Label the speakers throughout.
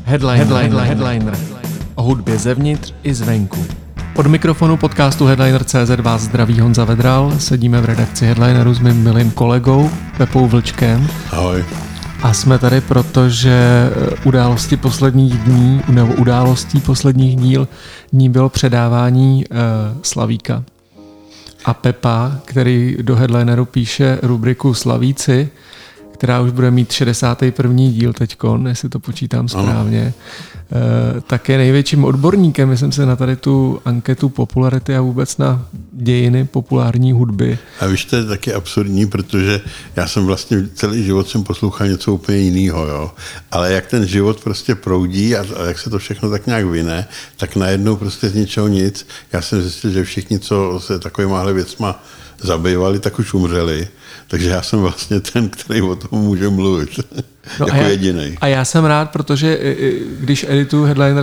Speaker 1: Headliner. O hudbě zevnitř i zvenku. Od mikrofonu podcastu Headliner.cz vás zdraví Honza Vedral. Sedíme v redakci Headlineru s mým milým kolegou Pepou Vlčkem.
Speaker 2: Ahoj.
Speaker 1: A jsme tady, protože událostí posledních dní bylo předávání Slavíka. A Pepa, který do Headlineru píše rubriku Slavíci, která už bude mít 61. díl teďkon, jestli to počítám správně, tak je největším odborníkem, myslím se, na tady tu anketu popularity a vůbec na dějiny populární hudby.
Speaker 2: A víš, to je taky absurdní, protože já jsem vlastně celý život jsem poslouchal něco úplně jiného, jo. Ale jak ten život prostě proudí a jak se to všechno tak nějak vyne, tak najednou prostě z ničeho nic. Já jsem zjistil, že všichni, co se takovýmahle věcma zabývali, tak už umřeli. Takže já jsem vlastně ten, který o tom může mluvit. No jako jedinej.
Speaker 1: A já jsem rád, protože když edituju Headliner,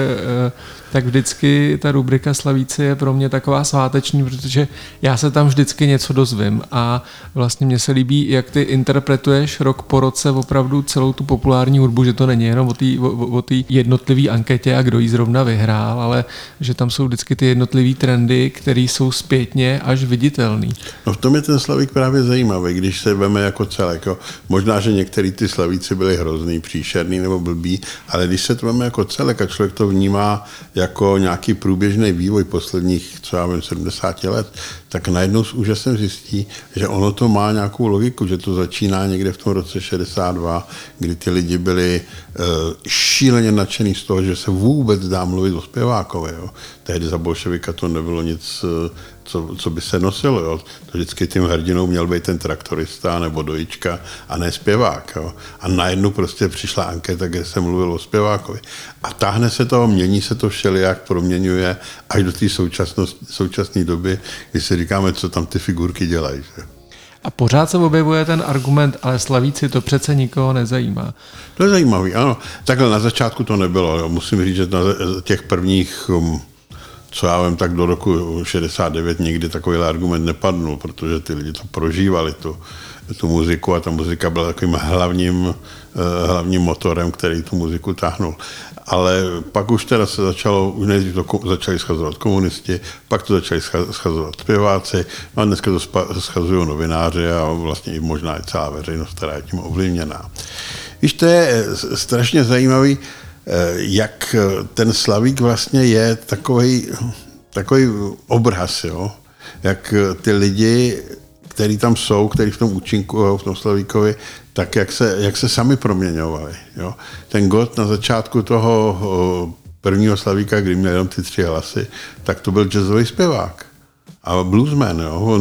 Speaker 1: tak vždycky ta rubrika Slavíci je pro mě taková sváteční, protože já se tam vždycky něco dozvím a vlastně mně se líbí, jak ty interpretuješ rok po roce opravdu celou tu populární hudbu, že to není jenom o té jednotlivé anketě a kdo jí zrovna vyhrál, ale že tam jsou vždycky ty jednotlivé trendy, které jsou zpětně až viditelný.
Speaker 2: No v tom je ten Slavík právě zajímavý, když se veme jako celek. Jo. Možná, že některý ty Slavíci byli hrozný, příšerný nebo blbý, ale když se to veme jako celek a člověk to vnímá jako nějaký průběžný vývoj posledních, 70 let, tak najednou s úžasem zjistí, že ono to má nějakou logiku, že to začíná někde v tom roce 62, kdy ty lidi byli šíleně nadšený z toho, že se vůbec dá mluvit o zpěvákovi. Jo. Tehdy za bolševika to nebylo nic, co by se nosilo. Jo. To vždycky tím hrdinou měl být ten traktorista nebo dojička a ne zpěvák. Jo. A najednou prostě přišla anketa, kde se mluvilo o zpěvákovi. A táhne se to, mění se to všelijak, proměňuje až do té současné doby, kdy si říkáme, co tam ty figurky dělají. Že?
Speaker 1: A pořád se objevuje ten argument, ale Slavíci to přece nikoho nezajímá.
Speaker 2: To je zajímavý, ano. Takhle na začátku to nebylo. Jo. Musím říct, že na těch prvních, co já vím, tak do roku 69 nikdy takovýhle argument nepadnul, protože ty lidi to prožívali, tu muziku a ta muzika byla takovým hlavním motorem, který tu muziku táhnul. Ale pak už teda se začali schazovat komunisti, pak to začali schazovat zpěváci, no a dneska to schazují novináři a vlastně i možná i celá veřejnost, která je tím ovlivněná. Víš, to je strašně zajímavý, jak ten Slavík vlastně je takový obraz, jo? Jak ty lidi, který tam jsou, který v tom účinkují, v tom Slavíkovi, tak jak se sami proměňovali. Jo? Ten Gott na začátku toho prvního Slavíka, kdy měl jenom ty 3 hlasy, tak to byl jazzový zpěvák. A bluesman, jo?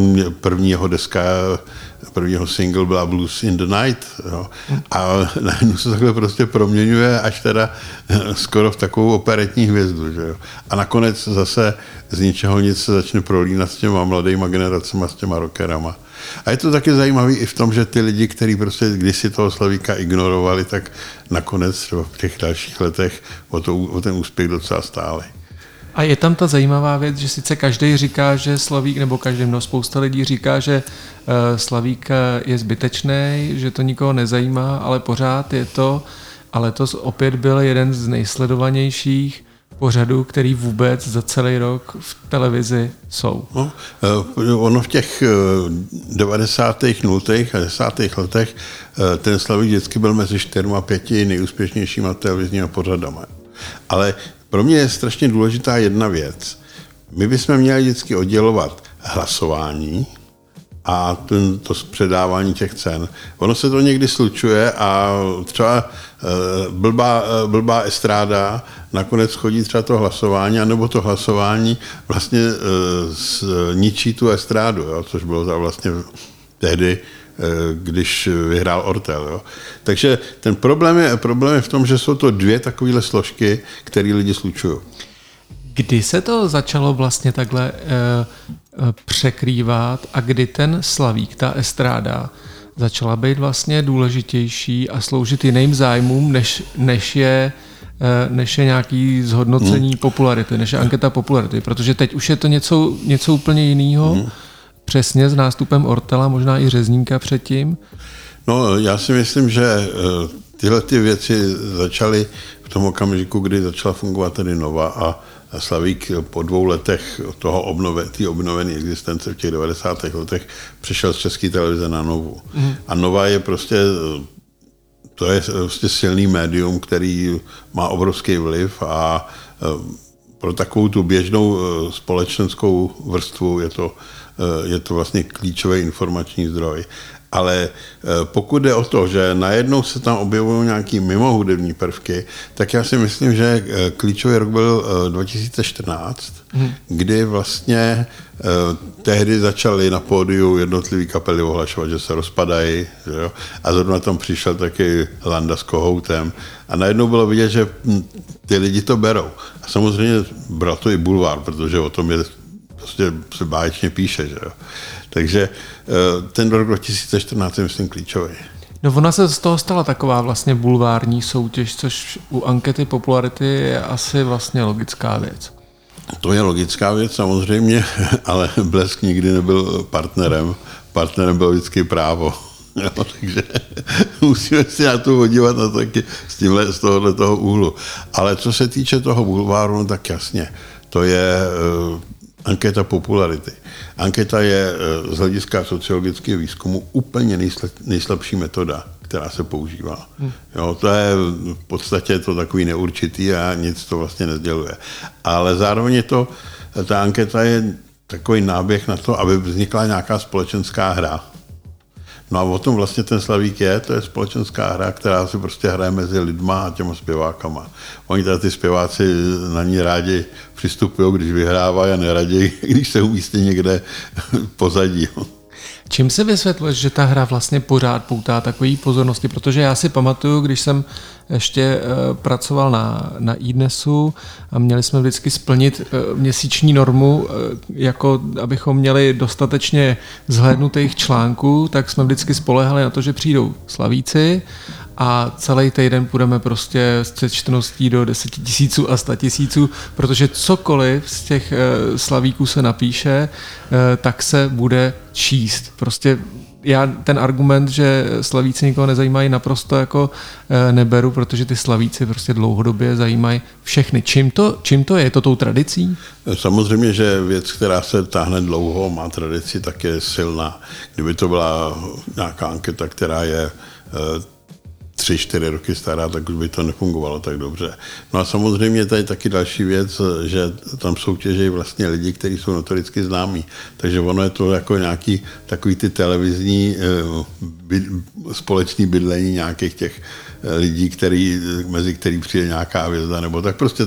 Speaker 2: Prvního single byla Blues in the Night. Jo? A najednou se takhle prostě proměňuje až teda skoro v takovou operetní hvězdu. Že jo? A nakonec zase z ničeho nic se začne prolínat s těma mladýma generacema, s těma rockerama. A je to taky zajímavý i v tom, že ty lidi, kteří prostě kdysi toho Slavíka ignorovali, tak nakonec třeba v těch dalších letech o ten úspěch docela stáli.
Speaker 1: A je tam ta zajímavá věc, že sice každý říká, že Slavík, nebo spousta lidí říká, že Slavík je zbytečný, že to nikoho nezajímá, ale pořád je to, a letos opět byl jeden z nejsledovanějších pořadů, který vůbec za celý rok v televizi jsou.
Speaker 2: No, ono v těch 90. 0. a 10. letech ten Slavík vždycky byl mezi 4 a 5 nejúspěšnějšíma televizníma pořadama. Ale pro mě je strašně důležitá jedna věc. My bychom měli vždycky oddělovat hlasování a to předávání těch cen. Ono se to někdy slučuje a třeba blbá estráda nakonec chodí třeba to hlasování, anebo to hlasování vlastně ničí tu estrádu, jo, což bylo vlastně tehdy, když vyhrál Ortel. Jo. Takže ten problém je v tom, že jsou to 2 takovéhle složky, které lidi slučují.
Speaker 1: Kdy se to začalo vlastně takhle překrývat a kdy ten Slavík, ta estráda, začala být vlastně důležitější a sloužit jiným zájmům, než je nějaký zhodnocení popularity, než je anketa popularity, protože teď už je to něco úplně jiného, přesně s nástupem Ortela, možná i Řezníka předtím.
Speaker 2: No, já si myslím, že tyhle ty věci začaly v tom okamžiku, kdy začala fungovat tedy Nova a Slavík po 2 letech toho té obnovené existence v těch 90. letech přešel z České televize na Novu. A Nova je prostě, to je prostě silný médium, který má obrovský vliv a pro takovou tu běžnou společenskou vrstvu je to vlastně klíčový informační zdroj. Ale pokud jde o to, že najednou se tam objevují nějaké mimohudební prvky, tak já si myslím, že klíčový rok byl 2014, kdy vlastně tehdy začaly na pódiu jednotlivý kapely ohlašovat, že se rozpadají, že jo? A zrovna tam přišel taky Landa s Kohoutem a najednou bylo vidět, že ty lidi to berou. A samozřejmě bral to i Bulvár, protože o tom prostě se báječně píše, že jo. Takže ten rok 2014 je, myslím, klíčový.
Speaker 1: No ona se z toho stala taková vlastně bulvární soutěž, což u ankety popularity je asi vlastně logická věc.
Speaker 2: To je logická věc samozřejmě, ale Blesk nikdy nebyl partnerem. Partnerem bylo vždycky Právo. Jo, takže musíme si na to podívat na taky z tohoto úhlu. Ale co se týče toho bulváru, no tak jasně, to je anketa popularity. Anketa je z hlediska sociologického výzkumu úplně nejslabší metoda, která se používá. Jo, to je v podstatě to takový neurčitý a nic to vlastně nesděluje. Ale zároveň ta anketa je takový náběh na to, aby vznikla nějaká společenská hra. No a o tom vlastně ten Slavík to je společenská hra, která se prostě hraje mezi lidma a těma zpěvákama. Oni tady ty zpěváci na ní rádi přistupují, když vyhrávají a neradí, když se umístí někde pozadí.
Speaker 1: Čím si vysvětluješ, že ta hra vlastně pořád poutá takový pozornosti? Protože já si pamatuju, když jsem ještě pracoval na iDnesu a měli jsme vždycky splnit měsíční normu, jako abychom měli dostatečně zhlédnutých článků, tak jsme vždycky spolehali na to, že přijdou Slavíci a celý týden půjdeme prostě s přečteností do 10 000 a 100 000, protože cokoliv z těch Slavíků se napíše, tak se bude číst. Prostě já ten argument, že Slavíci nikoho nezajímají, naprosto jako neberu, protože ty Slavíci prostě dlouhodobě zajímají všechny. Čím to je? Je to tou tradicí?
Speaker 2: Samozřejmě, že věc, která se táhne dlouho, má tradici, tak je silná. Kdyby to byla nějaká anketa, která je 3-4 roky stará, tak už by to nefungovalo tak dobře. No a samozřejmě tady taky další věc, že tam soutěžejí vlastně lidi, kteří jsou notoricky známí. Takže ono je to jako nějaký takový ty televizní společný bydlení nějakých těch lidí, mezi který přijde nějaká hvězda, nebo tak prostě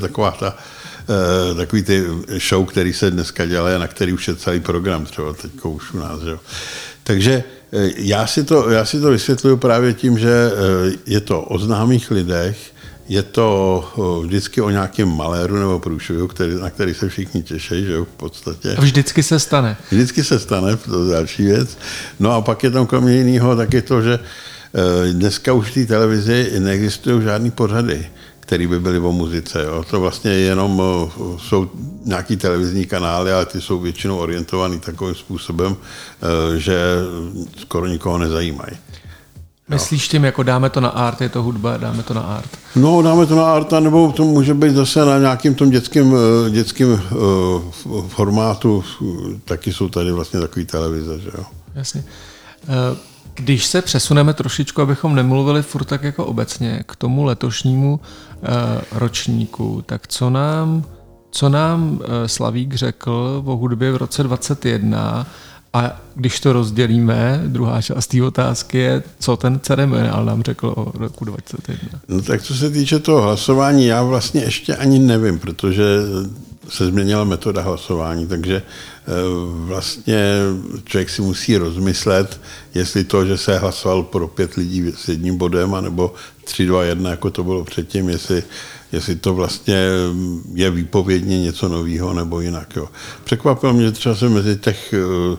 Speaker 2: takový ty show, který se dneska dělají, na který už je celý program třeba teďko už u nás. Jo. Takže já si to vysvětluju právě tím, že je to o známých lidech, je to vždycky o nějakém maléru nebo průšvihu, na který se všichni těší, že jo, v podstatě.
Speaker 1: A vždycky se stane.
Speaker 2: Vždycky se stane, to je další věc. No a pak je tam kromě jiného taky to, že dneska už v té televizi neexistují žádný pořady, které by byly o muzice. Jo. To vlastně jenom jsou nějaký televizní kanály, ale ty jsou většinou orientovaný takovým způsobem, že skoro nikoho nezajímají.
Speaker 1: Myslíš tím, jako dáme to na art, je to hudba, dáme to na art?
Speaker 2: No, dáme to na art, nebo to může být zase na nějakým tom dětském formátu. Taky jsou tady vlastně takový televize, že jo.
Speaker 1: Jasně. Když se přesuneme trošičku, abychom nemluvili furt tak jako obecně k tomu letošnímu ročníku, tak co nám Slavík řekl o hudbě v roce 2021 a když to rozdělíme, druhá část té otázky je, co ten ceremoniál nám řekl o roku 2021.
Speaker 2: No tak co se týče toho hlasování, já vlastně ještě ani nevím, protože se změnila metoda hlasování, takže vlastně člověk si musí rozmyslet, jestli to, že se hlasoval pro 5 lidí s jedním bodem, anebo 3-2-1, jako to bylo předtím, jestli to vlastně je výpovědně něco nového nebo jinak. Jo. Překvapilo mě, že třeba se mezi těch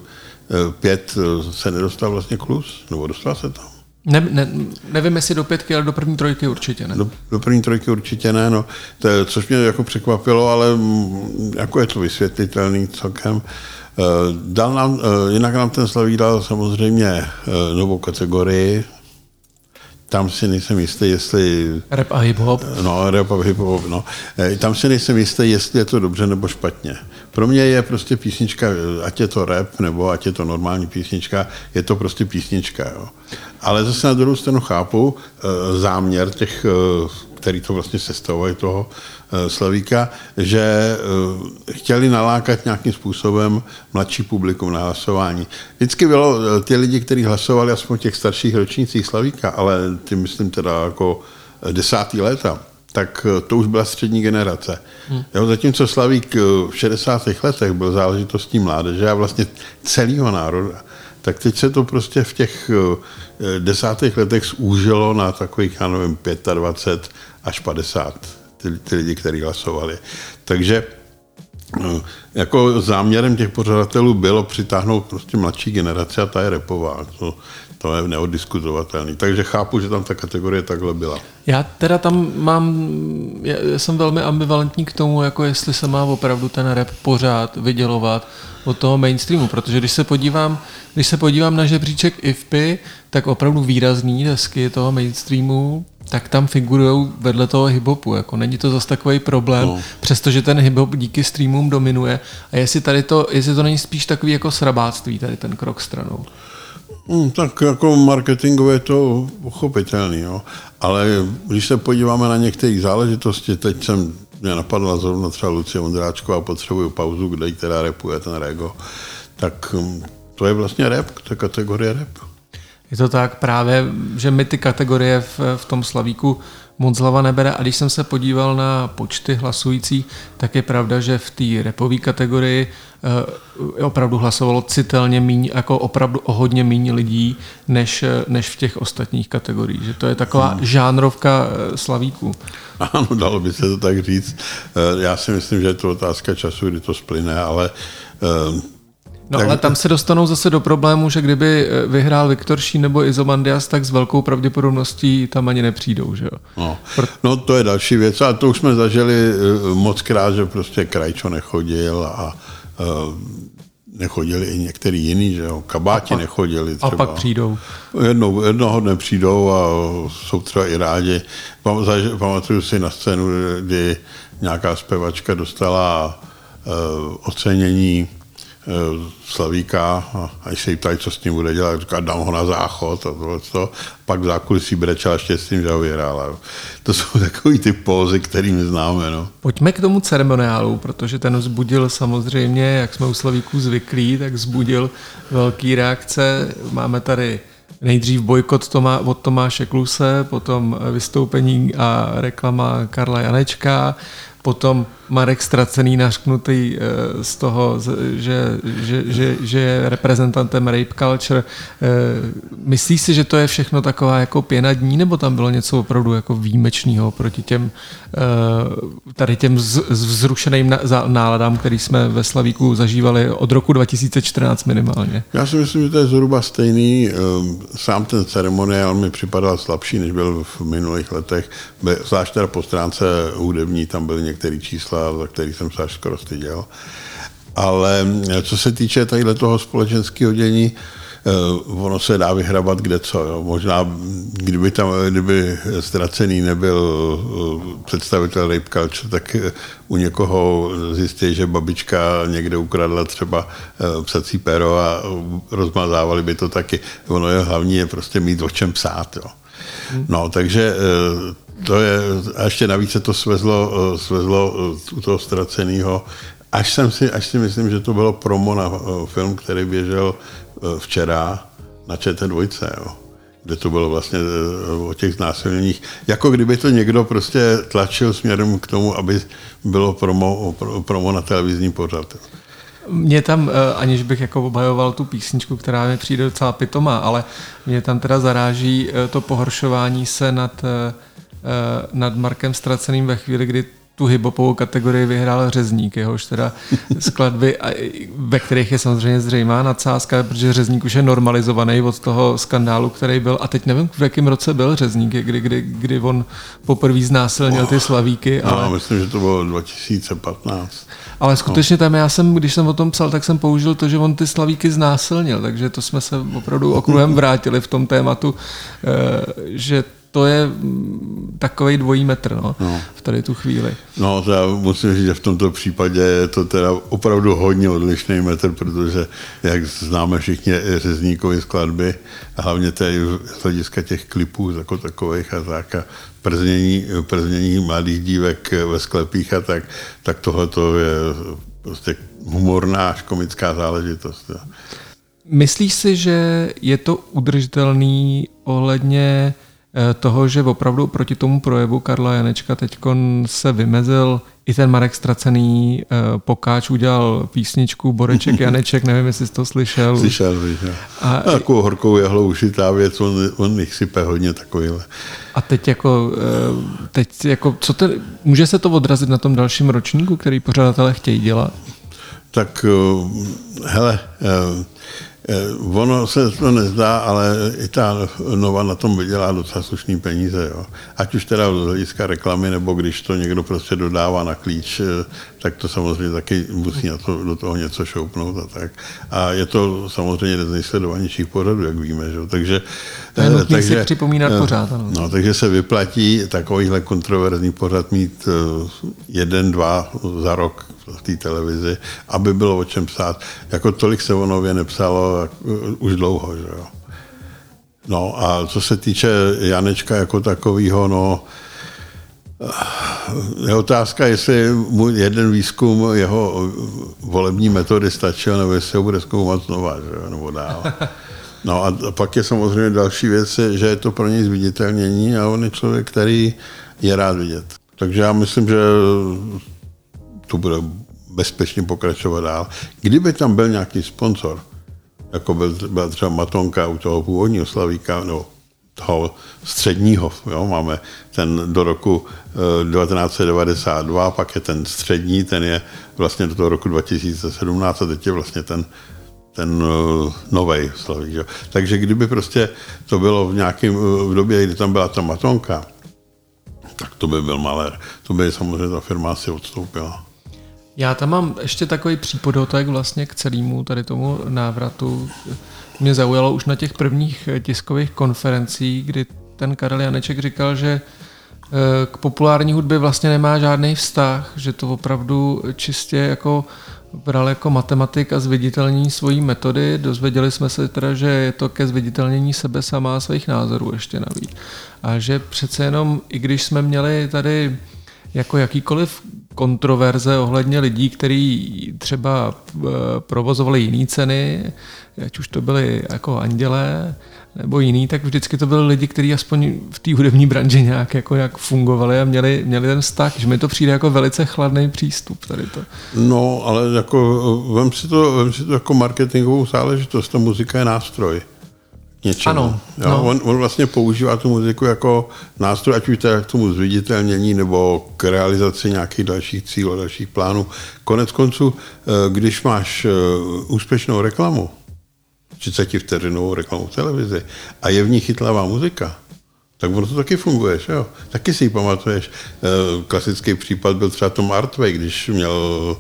Speaker 2: 5 se nedostal vlastně Klus, nebo dostal se tam.
Speaker 1: Nevím, jestli do 5, ale do první 3 určitě ne.
Speaker 2: Do první 3 určitě ne, no. Což mě jako překvapilo, ale jako je to vysvětlitelný celkem. Jinak nám ten Slavík dal samozřejmě novou kategorii, tam si nejsem jistý, jestli...
Speaker 1: Rap a hip-hop?
Speaker 2: No, rap a hip-hop, no. Tam si nejsem jistý, jestli je to dobře nebo špatně. Pro mě je prostě písnička, ať je to rap, nebo ať je to normální písnička, je to prostě písnička, jo. Ale zase na druhou stranu chápu záměr těch, který to vlastně sestavovali toho Slavíka, že chtěli nalákat nějakým způsobem mladší publikum na hlasování. Vždycky bylo ty lidi, kteří hlasovali aspoň v těch starších ročnících Slavíka, ale ty myslím teda jako 10. léta, tak to už byla střední generace. Jo, zatímco Slavík v 60. letech byl záležitostí mládeže a vlastně celého národa, tak teď se to prostě v těch 10. letech zúžilo na takových, já nevím, 25 až 50 ty lidi, kteří hlasovali. Takže jako záměrem těch pořadatelů bylo přitáhnout prostě mladší generace a ta je rapová. To je neoddiskutovatelný. Takže chápu, že tam ta kategorie takhle byla.
Speaker 1: Já teda tam jsem velmi ambivalentní k tomu, jako jestli se má opravdu ten rap pořád vydělovat od toho mainstreamu, protože když se podívám na žebříček IFPy, tak opravdu výrazný desky toho mainstreamu, tak tam figurujou vedle toho hip-hopu. Jako není to zase takový problém, přestože ten hip-hop díky streamům dominuje. A jestli to není spíš takový jako srabáctví, tady ten krok stranou.
Speaker 2: Tak jako marketingově je to pochopitelný, jo. Ale když se podíváme na některé záležitosti, teď mě napadla zrovna třeba Lucie Vondráčková, potřebuju pauzu, kde která rapuje ten Rego, tak to je vlastně rap, to je kategorie rap.
Speaker 1: Je to tak právě, že my ty kategorie v tom Slavíku moc hlava nebere a když jsem se podíval na počty hlasujících, tak je pravda, že v té rapové kategorii opravdu hlasovalo citelně míň, jako opravdu o hodně míň lidí, než v těch ostatních kategoriích. Že to je taková žánrovka Slavíku.
Speaker 2: Ano, dalo by se to tak říct. Já si myslím, že je to otázka času, kdy to splyne, ale...
Speaker 1: ale tam se dostanou zase do problému, že kdyby vyhrál Viktor Šín nebo Izomandias, tak s velkou pravděpodobností tam ani nepřijdou, že jo?
Speaker 2: No to je další věc, ale to už jsme zažili mockrát, že prostě Krajčo nechodil a nechodili i některý jiný, že jo? Kabáti nechodili třeba.
Speaker 1: A pak přijdou.
Speaker 2: Jednoho dne přijdou a jsou třeba i rádi. Pamatuju si na scénu, kdy nějaká zpěvačka dostala ocenění Slavíka a když se jí ptají, co s ním bude dělat, říká, dám ho na záchod a tohleto. Pak v zákulisí brečela štěstím, že ho vyhrála. To jsou takový ty pózy, který my známe. No.
Speaker 1: Pojďme k tomu ceremoniálu, protože ten vzbudil samozřejmě, jak jsme u Slavíků zvyklí, tak vzbudil velký reakce. Máme tady nejdřív bojkot od Tomáše Kluse, potom vystoupení a reklama Karla Janečka, potom Marek Stracený nařknutý z toho, že je reprezentantem rape culture. Myslíš si, že to je všechno taková jako pěna dní, nebo tam bylo něco opravdu jako výjimečného proti těm vzrušeným náladám, který jsme ve Slavíku zažívali od roku 2014 minimálně? Já
Speaker 2: si myslím, že to je zhruba stejný. Sám ten ceremoniál mi připadal slabší, než byl v minulých letech. Zvlášť teda po stránce hudební, tam byly některé čísla, za který jsem se až skoro styděl. Ale co se týče tadyhle toho společenského dění, ono se dá vyhrabat kde co. Jo. Možná, kdyby Stracený nebyl představitel rape culture, tak u někoho zjistí, že babička někde ukradla třeba psací péro a rozmazávali by to taky. Ono je hlavní je prostě mít o čem psát. Jo. No, takže to je, a ještě navíc se to svezlo u toho Stracenýho, až si myslím, že to bylo promo na film, který běžel včera na ČT2, jo, kde to bylo vlastně o těch znásilněních. Jako kdyby to někdo prostě tlačil směrem k tomu, aby bylo promo na televizní pořad.
Speaker 1: Mě tam, aniž bych jako obhajoval tu písničku, která mi přijde docela pitomá, ale mě tam teda zaráží to pohoršování se nad Markem Straceným ve chvíli, kdy tu hip-hopovou kategorii vyhrál Řezník, jehož teda skladby, ve kterých je samozřejmě zřejmá nadsázka, protože Řezník už je normalizovaný od toho skandálu, který byl, a teď nevím, v jakém roce byl Řezník, kdy on poprvé znásilnil ty Slavíky.
Speaker 2: Ale... myslím, že to bylo 2015.
Speaker 1: Ale skutečně tam když jsem o tom psal, tak jsem použil to, že on ty Slavíky znásilnil, takže to jsme se opravdu okruhem vrátili v tom tématu, že to je takovej dvojí metr, v tady tu chvíli.
Speaker 2: No, to já musím říct, že v tomto případě je to teda opravdu hodně odlišný metr, protože, jak známe všichni řezníkové skladby, a hlavně z hlediska těch klipů jako takových a tak, a prznění mladých dívek ve sklepích a tak tohle to je prostě humorná až komická záležitost.
Speaker 1: Myslíš si, že je to udržitelný ohledně toho, že opravdu proti tomu projevu Karla Janečka teďkon se vymezil i ten Marek Ztracený, Pokáč udělal písničku Boreček Janeček, nevím, jestli jsi to slyšel.
Speaker 2: Slyšel. A takovou horkou jehlou ušitá věc, on jich sype hodně takovýhle.
Speaker 1: A teď jako může se to odrazit na tom dalším ročníku, který pořadatelé chtějí dělat?
Speaker 2: Tak hele, ono se to nezdá, ale i ta Nova na tom vydělá docela slušný peníze. Jo. Ať už teda z hlediska reklamy, nebo když to někdo prostě dodává na klíč, tak to samozřejmě taky musí do toho něco šoupnout a tak. A je to samozřejmě jeden z nejsledovanějších pořadů, jak víme. Že? Takže
Speaker 1: si připomínat pořád. Ano.
Speaker 2: No, takže se vyplatí takovýhle kontroverzní pořad mít 1-2 za rok v té televizi, aby bylo o čem psát. Jako tolik se o Nově nepsalo už dlouho. Že jo. No a co se týče Janečka jako takového, je otázka, jestli mu jeden výzkum jeho volební metody stačil, nebo jestli ho bude zkoumat znova, že jo, nebo dál. No a pak je samozřejmě další věc, že je to pro něj zviditelnění a on je člověk, který je rád vidět. Takže já myslím, že to bude bezpečně pokračovat dál. Kdyby tam byl nějaký sponzor, jako byla třeba Matonka u toho původního Slavíka, no toho středního, jo, máme ten do roku 1992, pak je ten střední, ten je vlastně do toho roku 2017 a teď je vlastně ten novej Slavík. Jo. Takže kdyby prostě to bylo v době, kdy tam byla ta Matonka, tak to by byl malér. To by samozřejmě ta firma asi odstoupila.
Speaker 1: Já tam mám ještě takový přípodotek vlastně k celému tady tomu návratu. Mě zaujalo už na těch prvních tiskových konferencích, kdy ten Karel Janeček říkal, že k populární hudbě vlastně nemá žádný vztah, že to opravdu čistě jako bral jako matematik a zviditelnění svojí metody. Dozvěděli jsme se teda, že je to ke zviditelnění sebe sama a svých názorů ještě navíc. A že přece jenom, i když jsme měli tady jako jakýkoliv kontroverze ohledně lidí, kteří třeba provozovali jiné ceny, ať už to byly jako andělé nebo jiný, tak vždycky to byli lidi, kteří aspoň v té hudební branži nějak fungovali a měli ten vztah, že mi to přijde jako velice chladný přístup tady to.
Speaker 2: No, ale jako vem si to jako marketingovou záležitost, ta muzika je nástroj. Něčemu.
Speaker 1: Ano.
Speaker 2: Jo? No. On vlastně používá tu muziku jako nástroj, ať už to k tomu zviditelnění nebo k realizaci nějakých dalších cílů, dalších plánů. Konec konců, když máš úspěšnou reklamu, 30vteřinovou reklamu v televizi a je v ní chytlavá muzika, tak ono to taky funguje, že jo? Taky si ji pamatuješ. Klasický případ byl třeba Tom Artway, když měl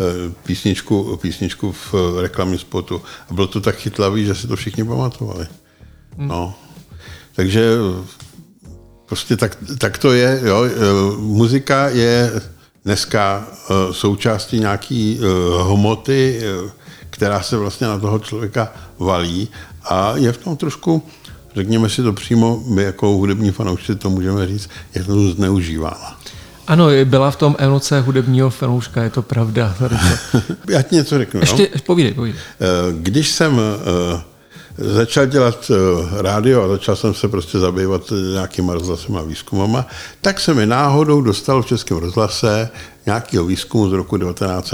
Speaker 2: písničku v reklamním spotu a bylo to tak chytlavý, že si to všichni pamatovali. No. Takže prostě tak to je, jo. Muzika je dneska součástí nějaký hmoty, která se vlastně na toho člověka valí a je v tom trošku, řekněme si to přímo, my jako hudební fanoušci to můžeme říct, je to zneužívána.
Speaker 1: Ano, byla v tom emoce hudebního fanouška, je to pravda.
Speaker 2: Já ti něco řeknu.
Speaker 1: Ještě povídej.
Speaker 2: Když jsem začal dělat rádio a začal jsem se prostě zabývat nějakýma rozhlasem a výzkumama, tak se mi náhodou dostal v Českém rozhlase nějakého výzkumu z roku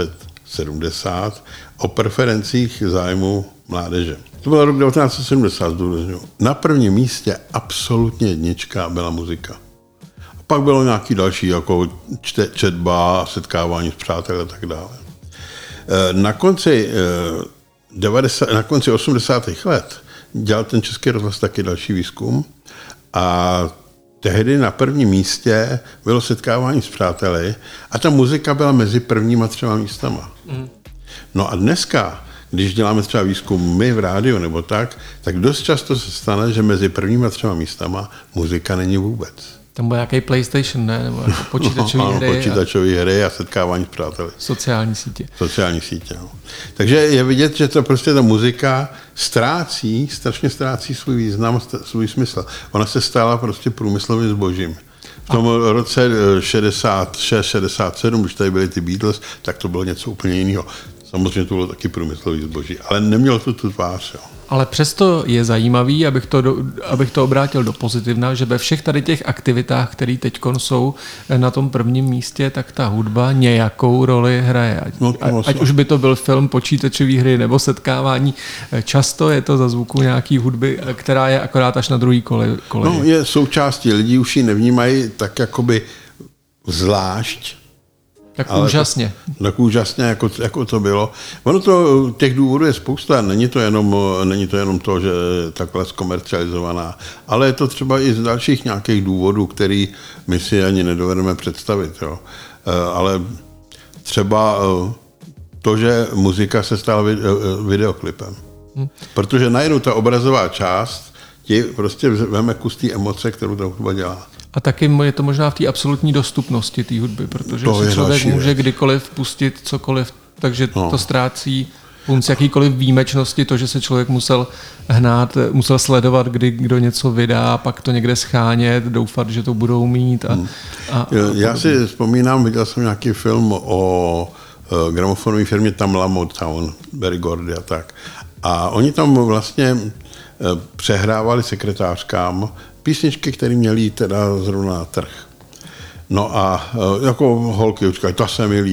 Speaker 2: 1970 o preferencích zájmu mládeže. To byl rok 1970, zdůrazňuji. Na prvním místě absolutně jednička byla muzika. Pak bylo nějaký další, jako četba, setkávání s přáteli a tak dále. Na konci 80. let dělal ten Český rozhlas taky další výzkum a tehdy na prvním místě bylo setkávání s přáteli a ta muzika byla mezi prvníma 3 místama. No a dneska, když děláme třeba výzkum my v rádiu nebo tak dost často se stane, že mezi prvníma 3 místama muzika není vůbec.
Speaker 1: Tam byl nějaký PlayStation, ne? Nebo jako počítačové hry.
Speaker 2: Počítačové hry a setkávání s přáteli.
Speaker 1: Sociální sítě.
Speaker 2: Sociální sítě, no. Takže je vidět, že to prostě ta muzika strašně ztrácí svůj význam, svůj smysl. Ona se stala prostě průmyslovým zbožím. V tom roce 66, 67, když tady byly ty Beatles, tak to bylo něco úplně jiného. Samozřejmě to bylo taky průmyslový zboží, ale nemělo to tu tvář. Jo.
Speaker 1: Ale přesto je zajímavý, abych to obrátil do pozitivna, že ve všech tady těch aktivitách, které teď jsou na tom prvním místě, tak ta hudba nějakou roli hraje. Ať už by to byl film, počítačové hry nebo setkávání, často je to za zvuku nějaký hudby, která je akorát až na druhý koleji.
Speaker 2: No, je součástí, lidi už ji nevnímají tak jakoby zvlášť,
Speaker 1: tak úžasně.
Speaker 2: Tak úžasně, jako to bylo. Ono to, těch důvodů je spousta, není to jenom to, že je takhle zkomercializovaná, ale je to třeba i z dalších nějakých důvodů, který my si ani nedovedeme představit. Jo. Ale třeba to, že muzika se stala videoklipem. Protože najednou ta obrazová část ti prostě veme kus té emoce, kterou ta hudba dělá.
Speaker 1: A taky je to možná v té absolutní dostupnosti té hudby, protože si člověk může kdykoliv pustit cokoliv, takže to ztrácí punc jakýkoliv výjimečnosti, to, že se člověk musel sledovat, kdy kdo něco vydá, pak to někde schánět, doufat, že to budou mít.
Speaker 2: Já si vzpomínám, viděl jsem nějaký film o gramofonové firmě Tamla Motown, Berry Gordy a tak. A oni tam vlastně přehrávali sekretářkám písničky, které měly jít teda zrovna na trh. No a jako holky říkají, ta se mi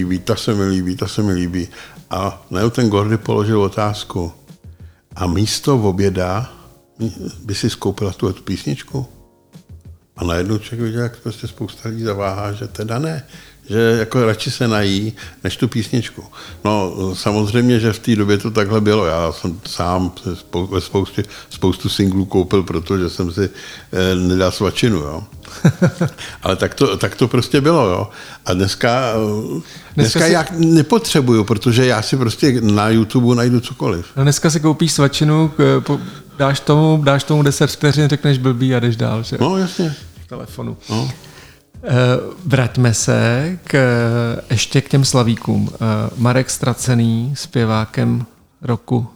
Speaker 2: líbí. A najednou ten Gordy položil otázku. A místo oběda by si skoupila tu písničku? A najednou člověk viděl, jak prostě spousta lidí zaváhá, že teda ne. Že jako radši se nají, než tu písničku. No samozřejmě, že v té době to takhle bylo. Já jsem sám spoustu singlů koupil, protože jsem si nedal svačinu, jo. Ale tak to prostě bylo, jo. A dneska já nepotřebuju, protože já si prostě na YouTube najdu cokoliv.
Speaker 1: No dneska si koupíš svačinu, dáš tomu 10 vteřin, řekneš blbý a jdeš dál, že?
Speaker 2: No jasně.
Speaker 1: V telefonu.
Speaker 2: No.
Speaker 1: Vraťme se ještě k těm slavíkům. Marek Stracený, zpěvákem roku.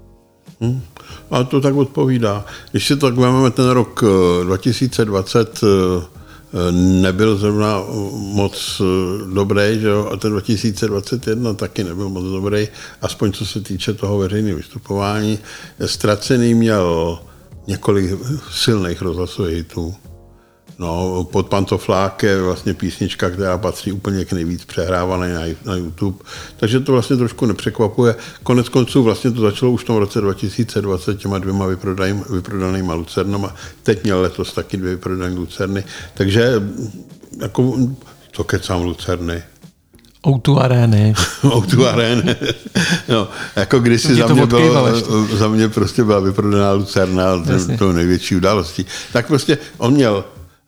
Speaker 2: Ale to tak odpovídá. Když si tak vezmeme, ten rok 2020 nebyl zrovna moc dobrý, že jo? A ten 2021 taky nebyl moc dobrý, aspoň co se týče toho veřejného vystupování. Stracený měl několik silných rozhlasových hitů. No, Pod pantoflák je vlastně písnička, která patří úplně k nejvíc přehrávané na YouTube. Takže to vlastně trošku nepřekvapuje. Konec konců vlastně to začalo už v tom roce 2020 těma 2 vyprodanýma lucernama. Teď měl letos taky 2 vyprodané lucerny. Takže jako to kecám lucerny.
Speaker 1: O2 Areny.
Speaker 2: O2 Areny. No, jako kdysi za mě prostě byla vyprodaná lucerna, to největší událostí. Tak prostě on měl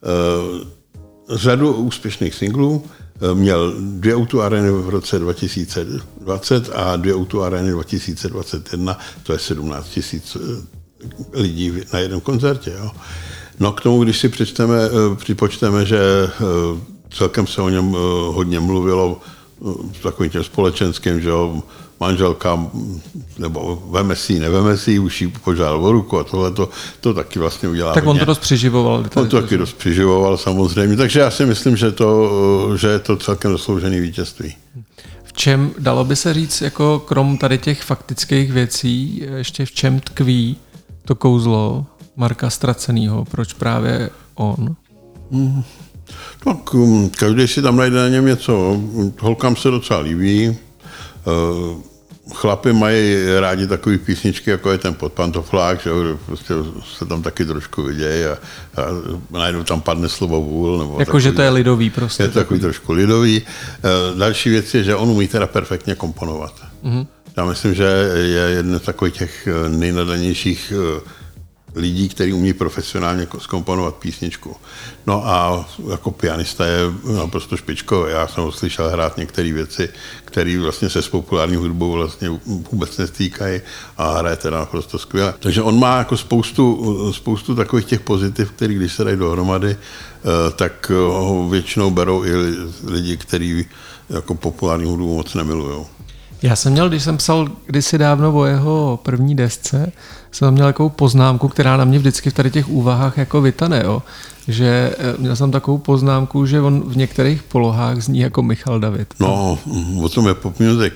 Speaker 2: řadu úspěšných singlů, měl 2 O2 Areny v roce 2020 a 2 O2 Areny 2021, to je 17 000 lidí na jednom koncertě. Jo. No k tomu, když si připočteme, že celkem se o něm hodně mluvilo takovým těm společenským, že jo, manželka, nebo veme si, už jí požádal o ruku a tohle to taky vlastně udělá.
Speaker 1: Tak on to dost přiživoval.
Speaker 2: On to taky dost přiživoval samozřejmě, takže já si myslím, že je to celkem zasloužený vítězství.
Speaker 1: V čem, dalo by se říct, jako krom tady těch faktických věcí, ještě v čem tkví to kouzlo Marka Stracenýho? Proč právě on?
Speaker 2: Tak každý si tam najde na něm něco. Holkám se docela líbí. Chlapi mají rádi takové písničky, jako je ten Pod pantoflák, že prostě se tam taky trošku vidějí a najednou tam padne slovo vůl.
Speaker 1: Jakože to je lidový prostě.
Speaker 2: Je to takový trošku lidový. Další věc je, že on umí teda perfektně komponovat. Mm-hmm. Já myslím, že je jeden z takových těch nejnadanějších lidí, kteří umí profesionálně zkomponovat písničku. No a jako pianista je naprosto špičkový. Já jsem ho slyšel hrát některé věci, které vlastně se s populární hudbou vlastně vůbec nestýkají a hraje teda naprosto skvěle. Takže on má jako spoustu takových těch pozitiv, které když se dají dohromady, tak ho většinou berou i lidi, kteří jako populární hudbu moc nemilujou.
Speaker 1: Já jsem měl, když jsem psal kdysi dávno o jeho první desce, jsem měl takovou poznámku, která na mě vždycky v tady těch úvahách jako vytane, jo. Že měl jsem takovou poznámku, že on v některých polohách zní jako Michal David.
Speaker 2: No, o tom je pop music.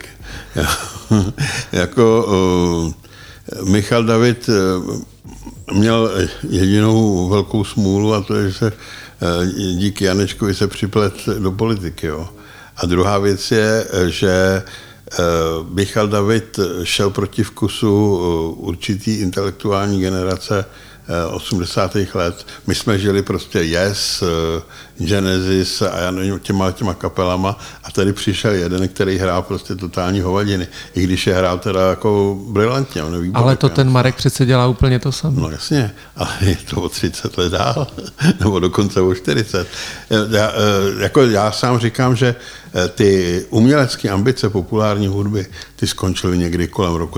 Speaker 2: Jako Michal David měl jedinou velkou smůlu a to je, že se díky Janečkovi se připlet do politiky, jo. A druhá věc je, že Michal David šel proti vkusu určitý intelektuální generace 80. let. My jsme žili prostě Yes, Genesis a já nevím, těma kapelama a tady přišel jeden, který hrál prostě totální hovadiny. I když je hrál teda jako brilantně.
Speaker 1: Ale to ten Marek přece dělá úplně to samé.
Speaker 2: No jasně, ale je to o 30 let dál, nebo dokonce o 40. Já sám říkám, že ty umělecké ambice populární hudby, ty skončily někdy kolem roku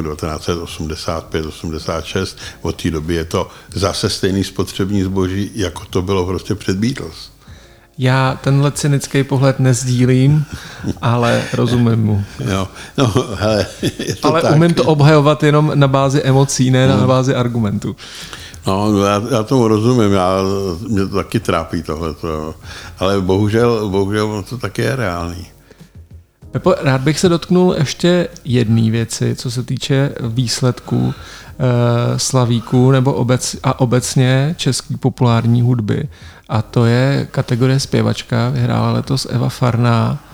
Speaker 2: 1985-86. Od té doby je to zase stejný spotřební zboží, jako to bylo prostě před Beatles.
Speaker 1: Já tenhle cynický pohled nezdílím, ale rozumím mu.
Speaker 2: Jo, no, hele, je to
Speaker 1: ale
Speaker 2: tak.
Speaker 1: Umím to obhajovat jenom na bázi emocí, ne na bázi argumentů.
Speaker 2: No, já tomu rozumím, mě to taky trápí tohleto, ale bohužel to taky je reálný.
Speaker 1: Pepo, rád bych se dotknul ještě jedné věci, co se týče výsledků slavíků nebo obecně české populární hudby. A to je kategorie zpěvačka, vyhrála letos Eva Farná,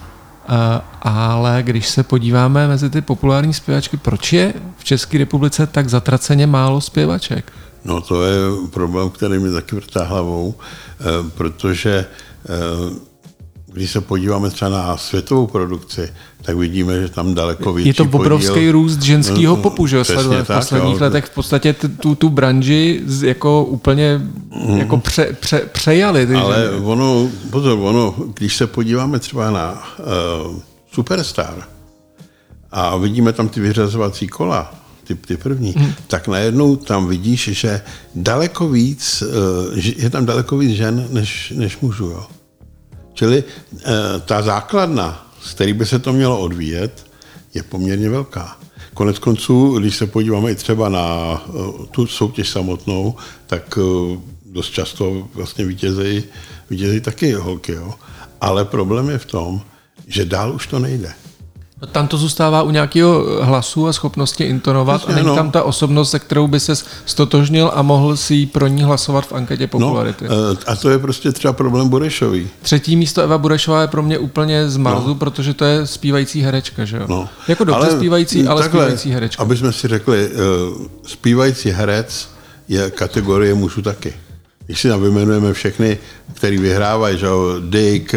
Speaker 1: ale když se podíváme mezi ty populární zpěvačky, proč je v České republice tak zatraceně málo zpěvaček?
Speaker 2: No to je problém, který mi taky vrtá hlavou, protože když se podíváme třeba na světovou produkci, tak vidíme, že tam daleko větší
Speaker 1: je to obrovský růst ženského popu, že v posledních letech v podstatě tu branži jako úplně jako přejali.
Speaker 2: Ale ono, když se podíváme třeba na Superstar a vidíme tam ty vyřazovací kola, ty první, tak najednou tam vidíš, že je tam daleko víc žen než mužů, jo. Čili ta základna, z který by se to mělo odvíjet, je poměrně velká. Konec konců, když se podíváme i třeba na tu soutěž samotnou, tak dost často vlastně vítězejí taky holky. Jo. Ale problém je v tom, že dál už to nejde.
Speaker 1: No, tam to zůstává u nějakého hlasu a schopnosti intonovat. Jasně, a není tam ta osobnost, se kterou by se stotožnil a mohl si pro ní hlasovat v anketě popularity.
Speaker 2: No, a to je prostě třeba problém Burešový.
Speaker 1: 3. místo Eva Burešová je pro mě úplně z marzu, protože to je zpívající herečka, že jo? No. Jako dobře zpívající, ale takhle, zpívající herečka.
Speaker 2: Aby jsme si řekli, zpívající herec je kategorie mužů taky. Když si tam vyjmenujeme všechny, který vyhrávají, že jo, Dick,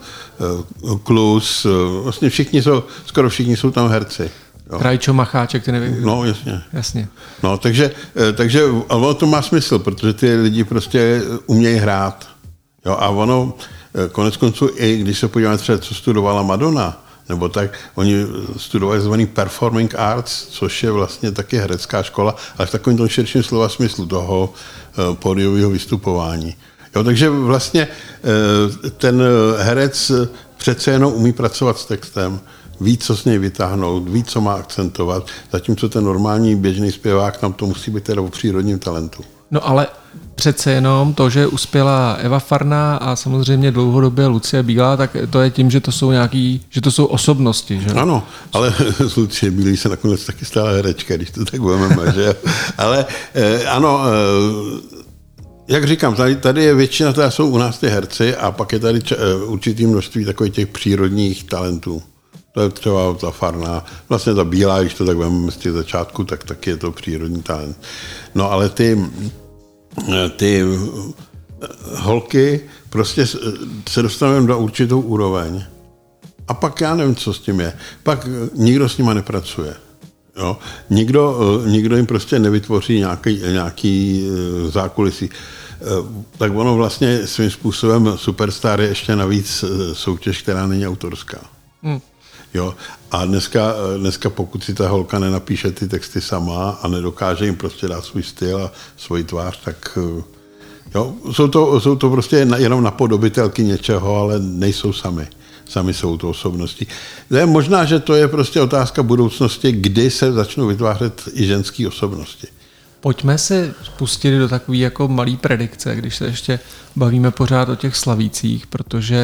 Speaker 2: Klus, vlastně skoro všichni jsou tam herci. Jo.
Speaker 1: Krajčo, Macháček, ty nevím.
Speaker 2: No, jasně. No, takže ono to má smysl, protože ty lidi prostě umějí hrát. Jo, a ono, konec konců, i když se podíváme třeba, co studovala Madonna, nebo tak, oni studovali zvaný performing arts, což je vlastně taky herecká škola, ale v takovém tom širším slova smyslu toho pódiového vystupování. Jo, takže vlastně ten herec přece jenom umí pracovat s textem, ví, co z něj vytáhnout, ví, co má akcentovat, zatímco ten normální běžný zpěvák tam to musí být teda o přírodním talentu.
Speaker 1: No ale přece jenom to, že uspěla Eva Farná a samozřejmě dlouhodobě Lucie Bílá, tak to je tím, že to jsou osobnosti, že?
Speaker 2: Ano, ale z Lucie Bílý se nakonec taky stala herečka, když to tak budeme, že? Ale ano, jak říkám, tady je většina, teda jsou u nás ty herci a pak je tady určitý množství takových těch přírodních talentů. To je třeba ta Farná, vlastně ta Bílá, když to tak budeme z těch začátku, tak taky je to přírodní talent. No ale ty holky prostě se dostaneme na určitou úroveň a pak já nevím, co s tím je. Pak nikdo s nima nepracuje. Jo? Nikdo jim prostě nevytvoří nějaký zákulisí. Tak ono vlastně svým způsobem Superstar je ještě navíc soutěž, která není autorská. Jo? A dneska pokud si ta holka nenapíše ty texty sama a nedokáže jim prostě dát svůj styl a svoji tvář, tak jo, jsou to prostě jenom napodobitelky něčeho, ale nejsou sami. Sami jsou to osobnosti. Možná, že to je prostě otázka budoucnosti, kdy se začnou vytvářet i ženské osobnosti.
Speaker 1: Pojďme se pustit do takové jako malý predikce, když se ještě bavíme pořád o těch Slavících, protože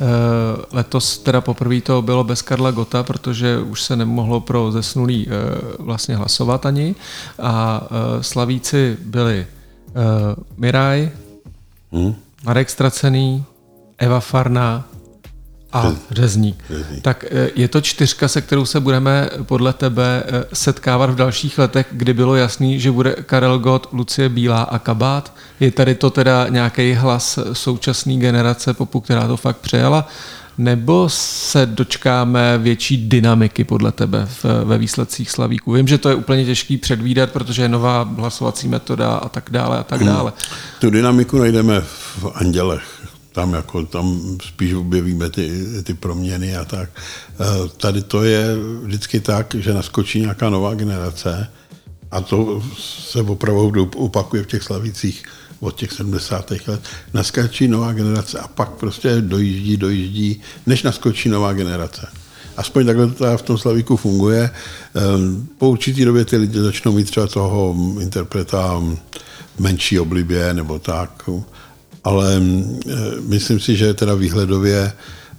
Speaker 1: letos teda poprvé to bylo bez Karla Gotta, protože už se nemohlo pro zesnulý vlastně hlasovat ani. A Slavíci byli Miraj, Marek Stracený, Eva Farná a Řezník. Tak je to 4, se kterou se budeme podle tebe setkávat v dalších letech, kdy bylo jasný, že bude Karel Gott, Lucie Bílá a Kabát? Je tady to teda nějaký hlas současné generace popu, která to fakt přejala? Nebo se dočkáme větší dynamiky podle tebe ve výsledcích Slavíků? Vím, že to je úplně těžký předvídat, protože je nová hlasovací metoda a tak dále a tak dále.
Speaker 2: Tu dynamiku najdeme v Andělech. Tam spíš objevíme ty proměny a tak. Tady to je vždycky tak, že naskočí nějaká nová generace a to se opravdu opakuje v těch Slavících od těch 70. let. Naskočí nová generace a pak prostě dojíždí, než naskočí nová generace. Aspoň takhle to v tom Slavíku funguje. Po určitý době ty lidi začnou mít třeba toho interpreta menší oblibě nebo tak. Ale myslím si, že teda výhledově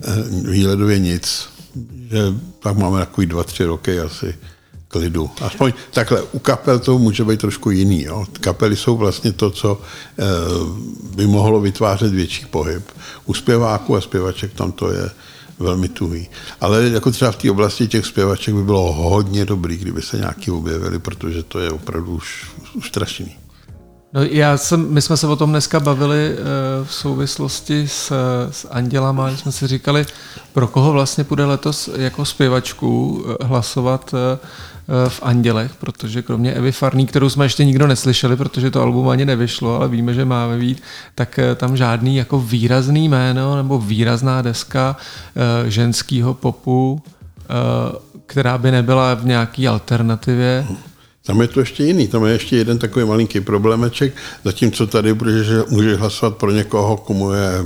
Speaker 2: nic. Že tak máme takový 2-3 roky asi klidu. Aspoň takhle, u kapel to může být trošku jiný. Jo? Kapely jsou vlastně to, co by mohlo vytvářet větší pohyb. U zpěváků a zpěvaček tam to je velmi tuhý. Ale jako třeba v té oblasti těch zpěvaček by bylo hodně dobrý, kdyby se nějaký objevili, protože to je opravdu už strašný.
Speaker 1: No my jsme se o tom dneska bavili v souvislosti s Andělama, jsme si říkali, pro koho vlastně půjde letos jako zpěvačku hlasovat v Andělech, protože kromě Evy Farný, kterou jsme ještě nikdo neslyšeli, protože to album ani nevyšlo, ale víme, že máme být, tak tam žádný jako výrazný jméno nebo výrazná deska ženského popu, která by nebyla v nějaký alternativě.
Speaker 2: Tam je to ještě jiný, tam je ještě jeden takový malinký problémeček, zatímco tady můžeš hlasovat pro někoho, komu je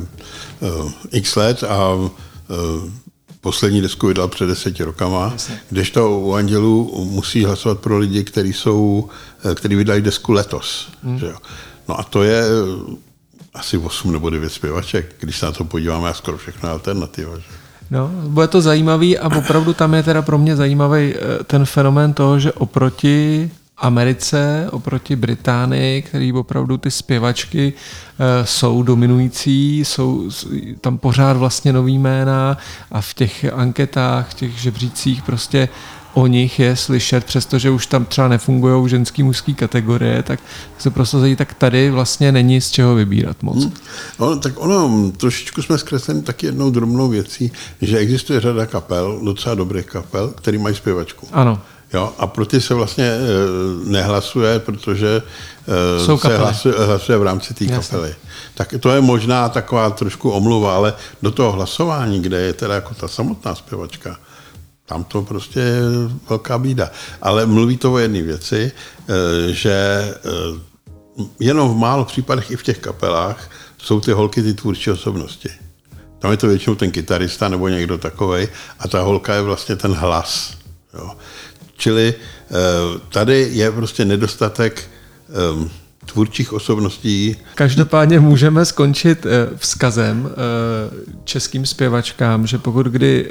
Speaker 2: x let a poslední desku vydal před 10 rokama, kdežto u Andělů musí hlasovat pro lidi, kteří vydali desku letos. Že jo? No a to je asi 8 nebo 9 zpěvaček, když se na to podíváme, a skoro všechno je alternativa. Že?
Speaker 1: No, bude to zajímavý a opravdu tam je teda pro mě zajímavý ten fenomén toho, že oproti Americe, oproti Británii, který opravdu ty zpěvačky jsou dominující, jsou tam pořád vlastně nový jména a v těch anketách, v těch žebřících prostě o nich je slyšet, přestože už tam třeba nefungují ženský mužský kategorie, tak se prostě tak tady vlastně není z čeho vybírat moc.
Speaker 2: Tak trošičku jsme zkresleni taky jednou drobnou věcí, že existuje řada kapel, docela dobrých kapel, který mají zpěvačku.
Speaker 1: Ano.
Speaker 2: Jo, a pro ty se vlastně nehlasuje, protože se hlasuje v rámci té kapely. Tak to je možná taková trošku omluva, ale do toho hlasování, kde je teda jako ta samotná zpěvačka, tam to prostě je velká bída. Ale mluví to o jedné věci, že jenom v málo případech i v těch kapelách jsou ty holky ty tvůrčí osobnosti. Tam je to většinou ten kytarista nebo někdo takovej a ta holka je vlastně ten hlas. Jo. Čili tady je prostě nedostatek tvůrčích osobností.
Speaker 1: Každopádně můžeme skončit vzkazem českým zpěvačkám, že pokud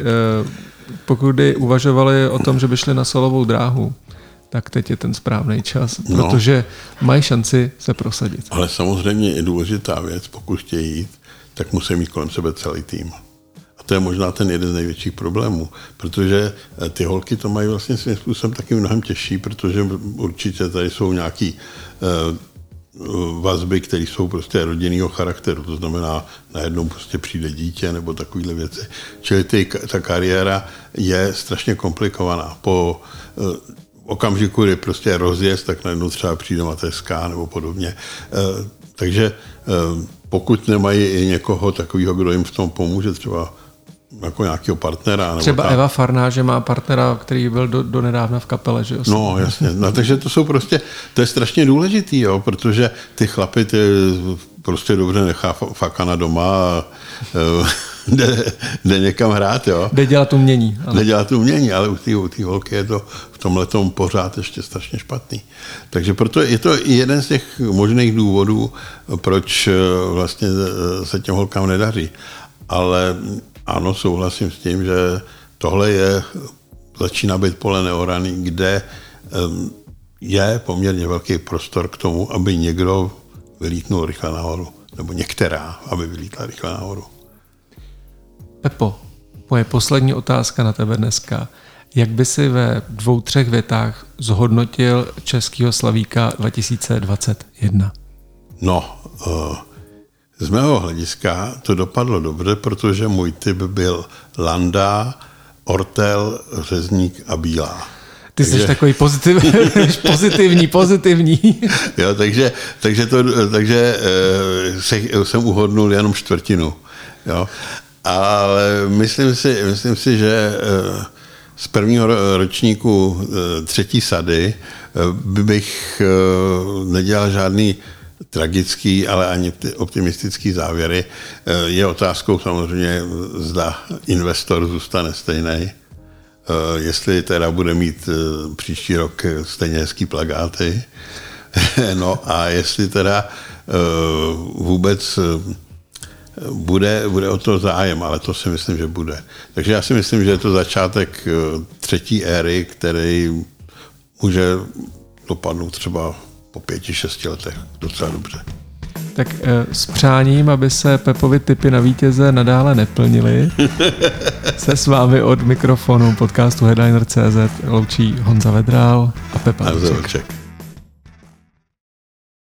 Speaker 1: kdy uvažovali o tom, že by šli na solovou dráhu, tak teď je ten správný čas, protože mají šanci se prosadit.
Speaker 2: Ale samozřejmě je důležitá věc, pokud chtějí jít, tak musí mít kolem sebe celý tým. A to je možná ten jeden z největších problémů, protože ty holky to mají vlastně svým způsobem taky mnohem těžší, protože určitě tady jsou nějaký vazby, které jsou prostě rodinného charakteru, to znamená, najednou prostě přijde dítě nebo takovéhle věci. Čili ta kariéra je strašně komplikovaná. okamžiku, kdy prostě rozjezd, tak najednou třeba přijde mateřská nebo podobně. Takže pokud nemají i někoho takového, kdo jim v tom pomůže, třeba jako nějakého partnera. Nebo
Speaker 1: třeba Eva Farná, že má partnera, který byl do nedávna v kapele, že jo?
Speaker 2: No, jasně. No, takže to je strašně důležitý, jo, protože ty chlapy prostě dobře nechá fakana doma a jde někam hrát, jo.
Speaker 1: Jde dělat umění.
Speaker 2: Jde dělat umění, ale u té holky je to v tomhletom pořád ještě strašně špatný. Takže proto je to jeden z těch možných důvodů, proč vlastně se těm holkám nedaří. Ale ano, souhlasím s tím, že tohle začíná být pole neoraný, kde je poměrně velký prostor k tomu, aby někdo vylítnul rychle nahoru. Nebo některá, aby vylítla rychle nahoru.
Speaker 1: Pepo, moje poslední otázka na tebe dneska. Jak by si ve 2-3 větách zhodnotil českýho slavíka 2021?
Speaker 2: No, z mého hlediska to dopadlo dobře, protože můj typ byl Landa, Ortel, Řezník a Bílá.
Speaker 1: Ty jsi takový pozitivní.
Speaker 2: Jo, takže jsem uhodnul jenom čtvrtinu. Jo. Ale myslím si, že z prvního ročníku 3. sady bych nedělal žádný tragický, ale ani optimistický závěry. Je otázkou samozřejmě, zda investor zůstane stejný. Jestli teda bude mít příští rok stejně hezký plakáty. No a jestli teda vůbec bude o to zájem, ale to si myslím, že bude. Takže já si myslím, že je to začátek 3. éry, který může dopadnout třeba po 5-6 letech docela dobře.
Speaker 1: Tak s přáním, aby se Pepovi tipy na vítěze nadále neplnily, se s vámi od mikrofonu podcastu Headliner.cz loučí Honza Vedrál a Pepa Vlček.